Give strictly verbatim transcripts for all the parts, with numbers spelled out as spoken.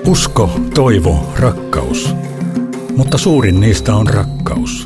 Usko, toivo, rakkaus. Mutta suurin niistä on rakkaus.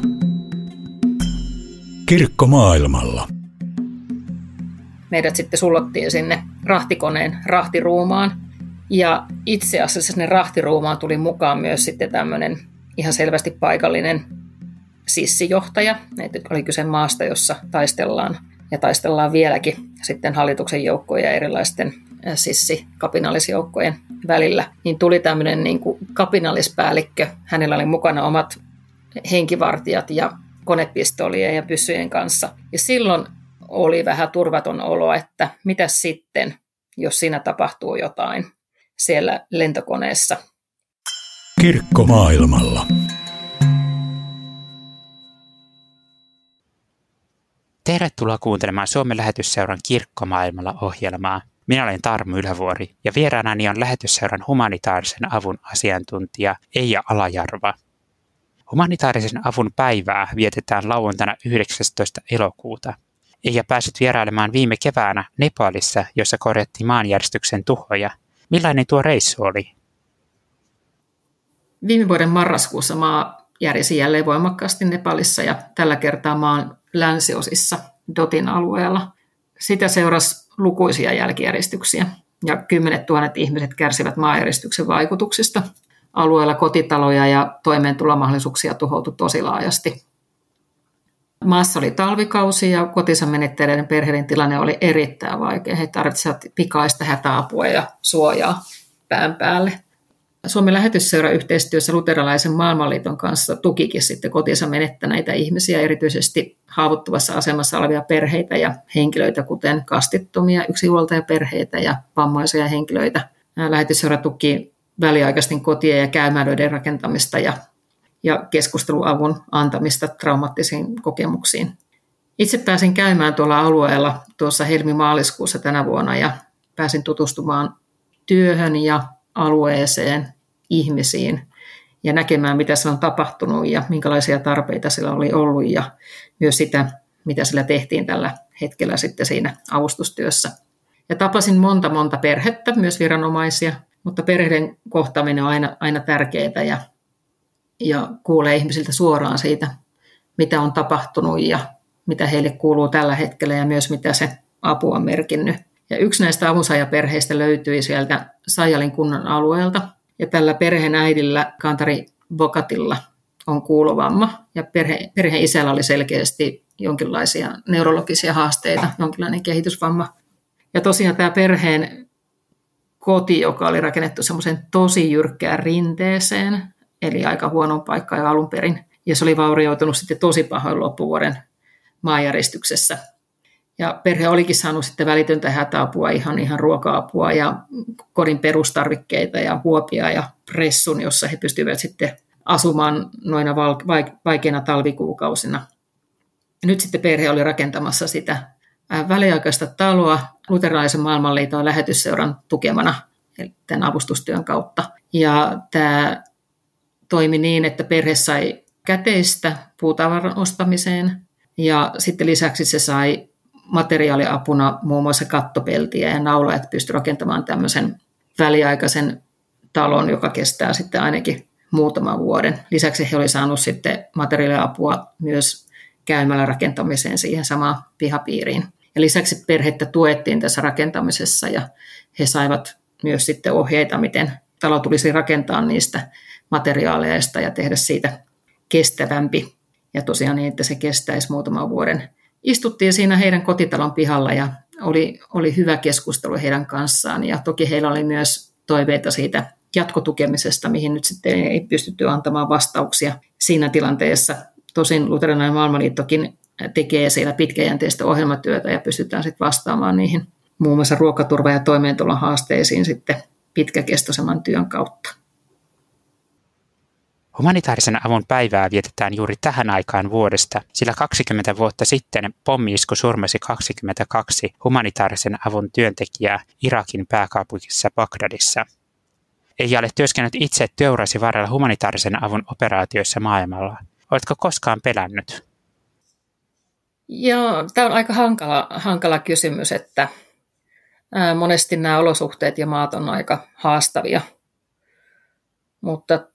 Kirkko maailmalla. Meidät sitten sullottiin sinne rahtikoneen rahtiruumaan. Ja itse asiassa sinne rahtiruumaan tuli mukaan myös sitten tämmöinen ihan selvästi paikallinen sissijohtaja. Että oli kyse maasta, jossa taistellaan ja taistellaan vieläkin sitten hallituksen joukkojen ja erilaisten sissikapinallisjoukkojen välillä. Niin tuli tämmöinen niin kuin kapinallispäällikkö. Hänellä oli mukana omat henkivartijat ja konepistolien ja pyssyjen kanssa. Ja silloin oli vähän turvaton olo, että mitä sitten, jos siinä tapahtuu jotain siellä lentokoneessa. Kirkko maailmalla. Tervetuloa kuuntelemaan Suomen Lähetysseuran Kirkko maailmalla -ohjelmaa. Minä olen Tarmo Ylhävuori ja vieraanani on Lähetysseuran humanitaarisen avun asiantuntija Eija Alajärva. Humanitaarisen avun päivää vietetään lauantaina yhdeksästoista elokuuta. Eija pääsit vierailemaan viime keväänä Nepalissa, jossa korjattiin maanjäristyksen tuhoja. Millainen tuo reissu oli? Viime vuoden marraskuussa maa järisi jälleen voimakkaasti Nepalissa ja tällä kertaa maan länsiosissa Dotin alueella. Sitä seurasi lukuisia jälkijäristyksiä ja kymmenet tuhannet ihmiset kärsivät maanjäristyksen vaikutuksista. Alueella kotitaloja ja toimeentulomahdollisuuksia tuhoutui tosi laajasti. Maassa oli talvikausi ja kotinsa menettäneiden perheiden tilanne oli erittäin vaikea. He tarvitsivat pikaista hätäapua ja suojaa pään päälle. Suomen Lähetysseura yhteistyössä Luterilaisen maailmanliiton kanssa tukikin sitten kotinsa menettäneitä ihmisiä, erityisesti haavoittuvassa asemassa olevia perheitä ja henkilöitä, kuten kastittomia yksinhuoltajaperheitä ja vammaisia henkilöitä. Lähetysseura tuki väliaikaisten kotien ja käymälöiden rakentamista ja, ja keskusteluavun antamista traumaattisiin kokemuksiin. Itse pääsin käymään tuolla alueella tuossa helmi-maaliskuussa tänä vuonna ja pääsin tutustumaan työhön ja alueeseen, ihmisiin ja näkemään, mitä siellä on tapahtunut ja minkälaisia tarpeita siellä oli ollut ja myös sitä, mitä siellä tehtiin tällä hetkellä sitten siinä avustustyössä. Ja tapasin monta, monta perhettä, myös viranomaisia, mutta perheiden kohtaaminen on aina, aina tärkeää ja, ja kuulee ihmisiltä suoraan siitä, mitä on tapahtunut ja mitä heille kuuluu tällä hetkellä ja myös mitä se apu on merkinnyt. Ja yksi näistä avunsaajaperheistä löytyi sieltä Sajalin kunnan alueelta. Ja tällä perheen äidillä, Kantari Bokatilla, on kuulovamma. Ja perhe, perheen isällä oli selkeästi jonkinlaisia neurologisia haasteita, jonkinlainen kehitysvamma. Ja tosiaan tämä perheen koti, joka oli rakennettu semmoisen tosi jyrkkään rinteeseen, eli aika huonon paikkaan jo alun perin. Ja se oli vaurioitunut sitten tosi pahoin loppuvuoden maanjäristyksessä. Ja perhe olikin saanut sitten välitöntä hätäapua, ihan, ihan ruoka-apua ja kodin perustarvikkeita ja huopia ja pressun, jossa he pystyivät sitten asumaan noina vaikeina talvikuukausina. Ja nyt sitten perhe oli rakentamassa sitä väliaikaista taloa Luterilaisen maailmanliiton Lähetysseuran tukemana tämän avustustyön kautta. Ja tämä toimi niin, että perhe sai käteistä puutavaran ostamiseen ja sitten lisäksi se sai materiaaliapuna muun muassa kattopeltiä ja naulaa, että pystyi rakentamaan tämmöisen väliaikaisen talon, joka kestää sitten ainakin muutaman vuoden. Lisäksi he olivat saaneet sitten materiaaliapua myös käymällä rakentamiseen siihen samaan pihapiiriin. Ja lisäksi perhettä tuettiin tässä rakentamisessa ja he saivat myös sitten ohjeita, miten talo tulisi rakentaa niistä materiaaleista ja tehdä siitä kestävämpi. Ja tosiaan niin, että se kestäisi muutaman vuoden. Istuttiin siinä heidän kotitalon pihalla ja oli, oli hyvä keskustelu heidän kanssaan. Ja toki heillä oli myös toiveita siitä jatkotukemisesta, mihin nyt sitten ei pystytty antamaan vastauksia siinä tilanteessa. Tosin Luterilainen maailmanliittokin tekee siellä pitkäjänteistä ohjelmatyötä ja pystytään sitten vastaamaan niihin muun muassa ruokaturva- ja toimeentulon haasteisiin sitten pitkäkestoisemman työn kautta. Humanitaarisen avun päivää vietetään juuri tähän aikaan vuodesta, sillä kaksikymmentä vuotta sitten pommi-isku surmasi kaksikymmentäkaksi humanitaarisen avun työntekijää Irakin pääkaupungissa Bagdadissa. Eija, olet työskennellyt itse työurasi varrella humanitaarisen avun operaatioissa maailmalla. Oletko koskaan pelännyt? Joo, tämä on aika hankala, hankala kysymys, että monesti nämä olosuhteet ja maat on aika haastavia. Mutta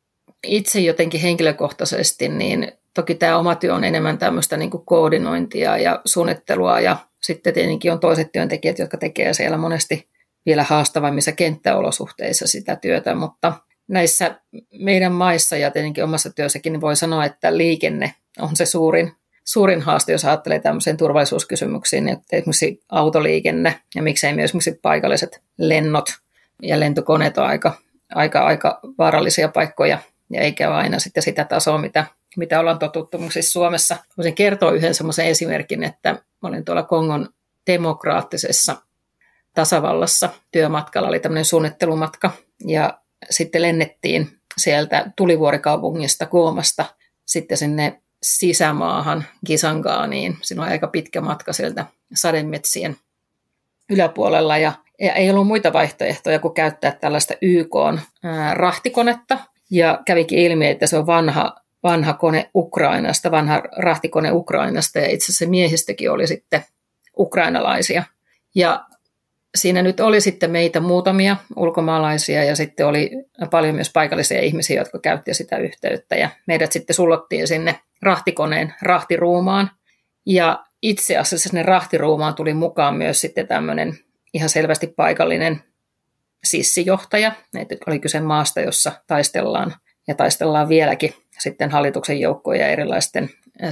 itse jotenkin henkilökohtaisesti, niin toki tämä oma työ on enemmän tämmöistä niin kuin koordinointia ja suunnittelua ja sitten tietenkin on toiset työntekijät, jotka tekee siellä monesti vielä haastavammissa kenttäolosuhteissa sitä työtä, mutta näissä meidän maissa ja tietenkin omassa työssäkin niin voi sanoa, että liikenne on se suurin, suurin haaste, jos ajattelee tämmöisiin turvallisuuskysymyksiin, että esimerkiksi autoliikenne ja miksei myös esimerkiksi paikalliset lennot ja lentokoneet on aika, aika, aika vaarallisia paikkoja ja eikä ole aina sitten sitä tasoa, mitä, mitä ollaan totuttu siis Suomessa. Voisin kertoa yhden semmoisen esimerkin, että olin tuolla Kongon demokraattisessa tasavallassa työmatkalla, oli tämmöinen suunnittelumatka ja sitten lennettiin sieltä tulivuorikaupungista Gomasta sitten sinne sisämaahan Kisangaaniin. Siinä on aika pitkä matka sieltä sademetsien yläpuolella ja ei ollut muita vaihtoehtoja kuin käyttää tällaista Y K:n rahtikonetta ja kävikin ilmi, että se on vanha, vanha kone Ukrainasta, vanha rahtikone Ukrainasta ja itse asiassa miehistökin oli sitten ukrainalaisia ja siinä nyt oli sitten meitä muutamia ulkomaalaisia ja sitten oli paljon myös paikallisia ihmisiä, jotka käytti sitä yhteyttä. Ja meidät sitten sullottiin sinne rahtikoneen rahtiruumaan. Ja itse asiassa sinne rahtiruumaan tuli mukaan myös sitten tämmöinen ihan selvästi paikallinen sissijohtaja. Että oli kyse maasta, jossa taistellaan ja taistellaan vieläkin sitten hallituksen joukkojen ja erilaisten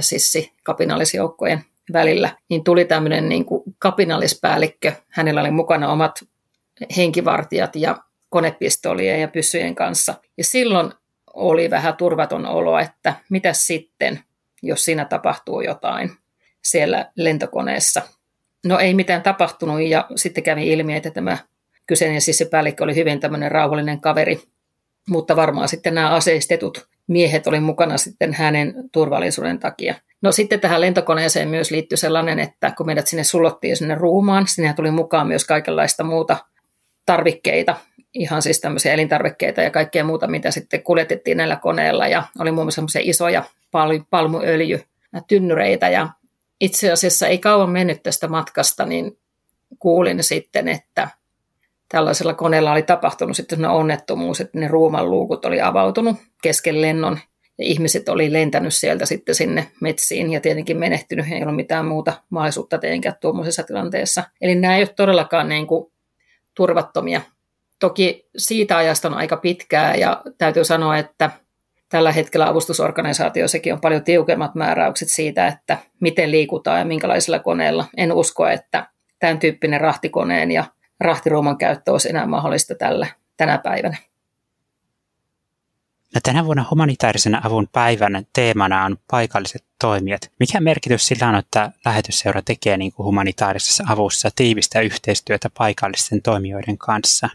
sissikapinallisjoukkojen välillä, niin tuli tämmöinen niin kuin kapinallispäällikkö. Hänellä oli mukana omat henkivartijat ja konepistoolien ja pyssyjen kanssa. Ja silloin oli vähän turvaton olo, että mitä sitten, jos siinä tapahtuu jotain siellä lentokoneessa. No ei mitään tapahtunut ja sitten kävi ilmi, että tämä kyseinen sissipäällikkö oli hyvin tämmöinen rauhallinen kaveri, mutta varmaan sitten nämä aseistetut miehet oli mukana sitten hänen turvallisuuden takia. No sitten tähän lentokoneeseen myös liittyi sellainen, että kun meidät sinne sullottiin sinne ruumaan, sinne tuli mukaan myös kaikenlaista muuta tarvikkeita, ihan siis tämmöisiä elintarvikkeita ja kaikkea muuta, mitä sitten kuljetettiin näillä koneilla. Ja oli muun muassa semmoisia isoja pal- palmuöljytynnyreitä ja itse asiassa ei kauan mennyt tästä matkasta, niin kuulin sitten, että tällaisella koneella oli tapahtunut sitten sellainen onnettomuus, että ne ruuman luukut oli avautunut kesken lennon ja ihmiset oli lentänyt sieltä sitten sinne metsiin ja tietenkin menehtynyt, ei ollut mitään muuta mahdollisuutta tietenkään tuommoisessa tilanteessa. Eli nämä ei ole todellakaan niin kuin turvattomia. Toki siitä ajasta on aika pitkää ja täytyy sanoa, että tällä hetkellä avustusorganisaatioissakin on paljon tiukemmat määräykset siitä, että miten liikutaan ja minkälaisilla koneilla. En usko, että tämän tyyppinen rahtikoneen ja rahtiruuman käyttö olisi enää mahdollista tällä, tänä päivänä. No, tänä vuonna humanitaarisen avun päivän teemana on paikalliset toimijat. Mikä merkitys sillä on, että lähetysseura tekee niin kuin humanitaarisessa avussa tiivistä yhteistyötä paikallisten toimijoiden kanssa?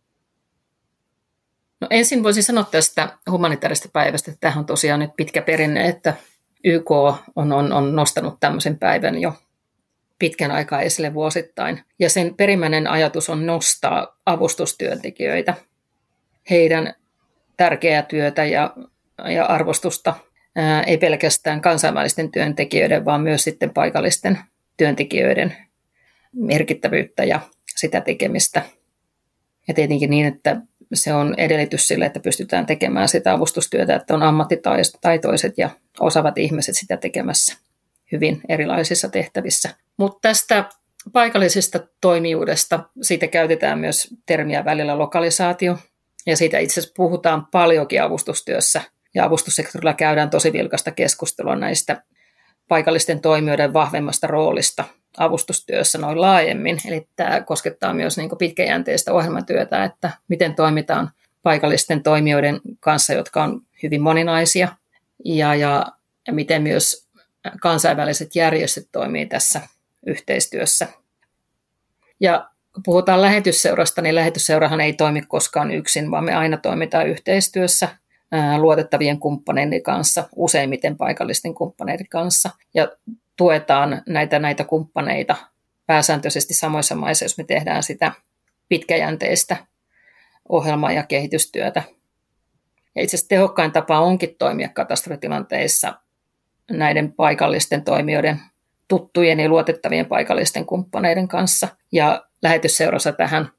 No, ensin voisin sanoa tästä humanitaarisesta päivästä, että tämähän on tosiaan nyt pitkä perinne, että Y K on, on, on nostanut tämmöisen päivän jo pitkän aikaa esille vuosittain. Ja sen perimmäinen ajatus on nostaa avustustyöntekijöitä, heidän tärkeää työtä ja, ja arvostusta, ää, ei pelkästään kansainvälisten työntekijöiden, vaan myös sitten paikallisten työntekijöiden merkittävyyttä ja sitä tekemistä. Ja tietenkin niin, että se on edellytys sille, että pystytään tekemään sitä avustustyötä, että on ammattitaitoiset ja osaavat ihmiset sitä tekemässä hyvin erilaisissa tehtävissä. Mutta tästä paikallisesta toimijuudesta, siitä käytetään myös termiä välillä lokalisaatio, ja siitä itse asiassa puhutaan paljonkin avustustyössä, ja avustussektorilla käydään tosi vilkasta keskustelua näistä paikallisten toimijoiden vahvemmasta roolista avustustyössä noin laajemmin. Eli tämä koskettaa myös niin kuin pitkäjänteistä ohjelmatyötä, että miten toimitaan paikallisten toimijoiden kanssa, jotka on hyvin moninaisia, ja, ja, ja miten myös kansainväliset järjestöt toimii tässä yhteistyössä. Ja kun puhutaan lähetysseurasta, niin lähetysseurahan ei toimi koskaan yksin, vaan me aina toimitaan yhteistyössä luotettavien kumppaneiden kanssa, useimmiten paikallisten kumppaneiden kanssa, ja tuetaan näitä, näitä kumppaneita pääsääntöisesti samoissa maissa, jos me tehdään sitä pitkäjänteistä ohjelma- ja kehitystyötä. Ja itse asiassa tehokkain tapa onkin toimia katastrofitilanteissa näiden paikallisten toimijoiden, tuttujen ja luotettavien paikallisten kumppaneiden kanssa. Ja lähetysseurassa tähän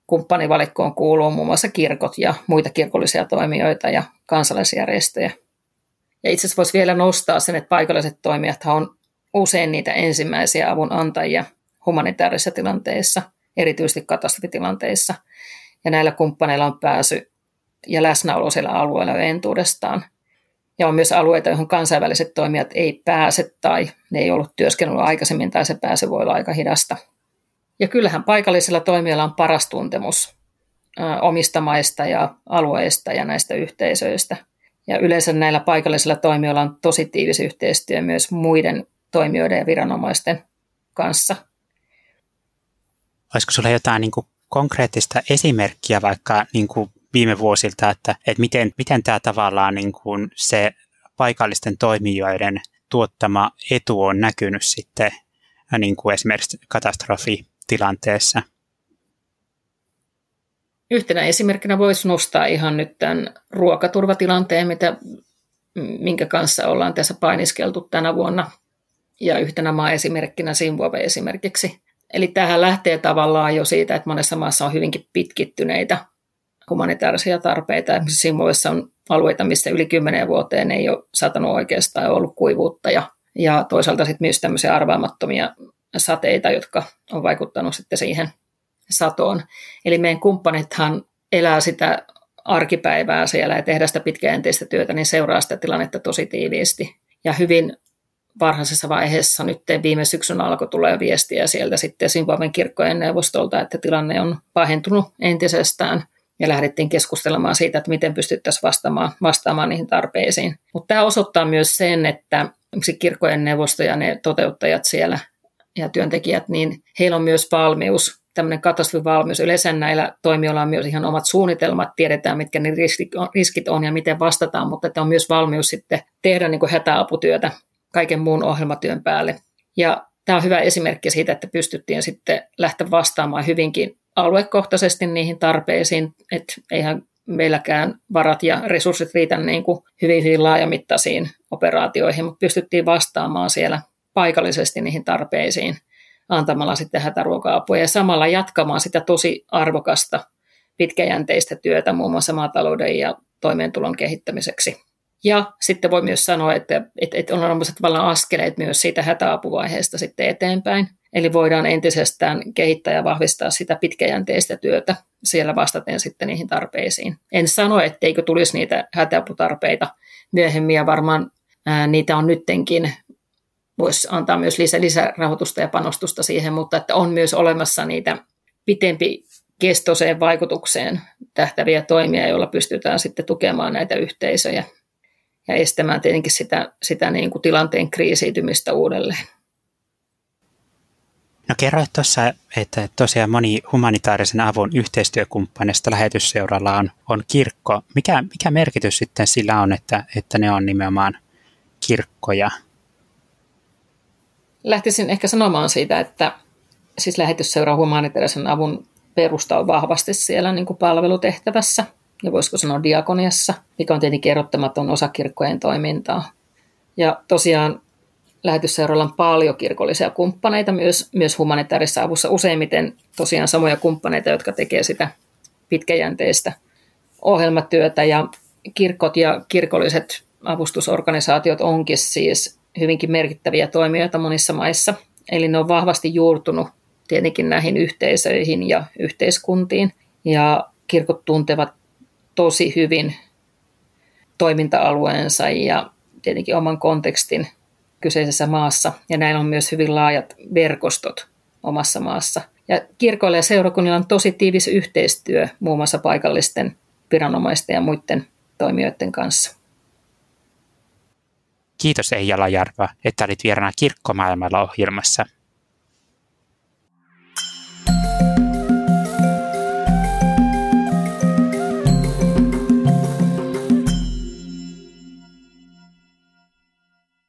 kumppanivalikkoon kuuluu muun muassa kirkot ja muita kirkollisia toimijoita ja kansalaisjärjestöjä. Ja itse asiassa voisi vielä nostaa sen, että paikalliset toimijat on usein niitä ensimmäisiä avun antajia humanitaarisissa tilanteissa, erityisesti katastrofitilanteissa. Ja näillä kumppaneilla on pääsy ja läsnäolo siellä alueella jo entuudestaan. Ja on myös alueita, joihin kansainväliset toimijat ei pääse tai ne ei ollut työskennellyt aikaisemmin tai se pääsy voi olla aika hidasta. Ja kyllähän paikallisilla toimijoilla on paras tuntemus omista maista ja alueista ja näistä yhteisöistä. Ja yleensä näillä paikallisilla toimijoilla on tosi tiivis yhteistyö myös muiden toimijoiden ja viranomaisten kanssa. Olisiko sinulla jotain niin kuin konkreettista esimerkkiä vaikka niin kuin viime vuosilta, että, että miten, miten tämä tavallaan niin kuin se paikallisten toimijoiden tuottama etu on näkynyt sitten niin kuin esimerkiksi katastrofitilanteessa? Yhtenä esimerkkinä voisi nostaa ihan nyt tämän ruokaturvatilanteen, mitä, minkä kanssa ollaan tässä painiskeltu tänä vuonna. Ja yhtenä maa esimerkkinä Zimbabwe esimerkiksi. Eli tämähän lähtee tavallaan jo siitä, että monessa maassa on hyvinkin pitkittyneitä humanitaarisia tarpeita. Esimerkiksi Zimbabwessa on alueita, missä yli kymmeneen vuoteen ei ole satanut oikeastaan ollut kuivuutta. Ja, ja toisaalta sitten myös tämmöisiä arvaamattomia sateita, jotka on vaikuttanut sitten siihen satoon. Eli meidän kumppanithan elää sitä arkipäivää siellä ja tehdä sitä pitkäjänteistä työtä, niin seuraa sitä tilannetta tosi tiiviisti. Ja hyvin varhaisessa vaiheessa nyt viime syksyn alkoi tulee viestiä sieltä sitten Zimbabwen kirkkojen neuvostolta, että tilanne on pahentunut entisestään. Ja lähdettiin keskustelemaan siitä, että miten pystyttäisiin vastaamaan, vastaamaan niihin tarpeisiin. Mutta tämä osoittaa myös sen, että kirkkojen neuvosto ja ne toteuttajat siellä ja työntekijät, niin heillä on myös valmius, tämmöinen katastrofivalmius. Yleensä näillä toimijoilla on myös ihan omat suunnitelmat, tiedetään mitkä ne riskit on ja miten vastataan, mutta että on myös valmius sitten tehdä niin kuin hätäaputyötä kaiken muun ohjelmatyön päälle. Ja tämä on hyvä esimerkki siitä, että pystyttiin sitten lähteä vastaamaan hyvinkin aluekohtaisesti niihin tarpeisiin, että eihän meilläkään varat ja resurssit riitä niin kuin hyvin, hyvin laajamittaisiin operaatioihin, mutta pystyttiin vastaamaan siellä paikallisesti niihin tarpeisiin antamalla sitten hätäruoka-apua ja samalla jatkamaan sitä tosi arvokasta pitkäjänteistä työtä muun muassa maatalouden ja toimeentulon kehittämiseksi. Ja sitten voi myös sanoa, että, että on olemassa tavallaan askeleet myös siitä hätäapuvaiheesta sitten eteenpäin. Eli voidaan entisestään kehittää ja vahvistaa sitä pitkäjänteistä työtä siellä vastaten sitten niihin tarpeisiin. En sano, etteikö tulisi niitä hätäaputarpeita myöhemmin ja varmaan ää, niitä on nyttenkin. Voisi antaa myös lisä, lisärahoitusta ja panostusta siihen, mutta että on myös olemassa niitä pitempi kestoiseen vaikutukseen tähtäviä toimia, joilla pystytään sitten tukemaan näitä yhteisöjä ja estämään tietenkin sitä, sitä niin kuin tilanteen kriisiytymistä uudelleen. No kerroit tuossa, että tosiaan moni humanitaarisen avun yhteistyökumppaneista lähetysseuralla on, on kirkko. Mikä, mikä merkitys sitten sillä on, että, että ne on nimenomaan kirkkoja? Lähtisin ehkä sanomaan siitä, että siis lähetysseuran humanitaarisen avun perusta on vahvasti siellä niin kuin palvelutehtävässä ja voisiko sanoa diakoniassa, mikä on tietenkin erottamaton osa kirkkojen toimintaa. Ja tosiaan lähetysseuralla on paljon kirkollisia kumppaneita myös, myös humanitaarisessa avussa, useimmiten tosiaan samoja kumppaneita, jotka tekee sitä pitkäjänteistä ohjelmatyötä ja kirkot ja kirkolliset avustusorganisaatiot onkin siis hyvinkin merkittäviä toimijoita monissa maissa. Eli ne on vahvasti juurtunut tietenkin näihin yhteisöihin ja yhteiskuntiin. Ja kirkot tuntevat tosi hyvin toiminta-alueensa ja tietenkin oman kontekstin kyseisessä maassa. Ja näillä on myös hyvin laajat verkostot omassa maassa. Ja kirkoilla ja seurakunnilla on tosi tiivis yhteistyö muun muassa paikallisten viranomaisten ja muiden toimijoiden kanssa. Kiitos Eija Lajarva, että olit vieraana Kirkkomaailmalla -ohjelmassa.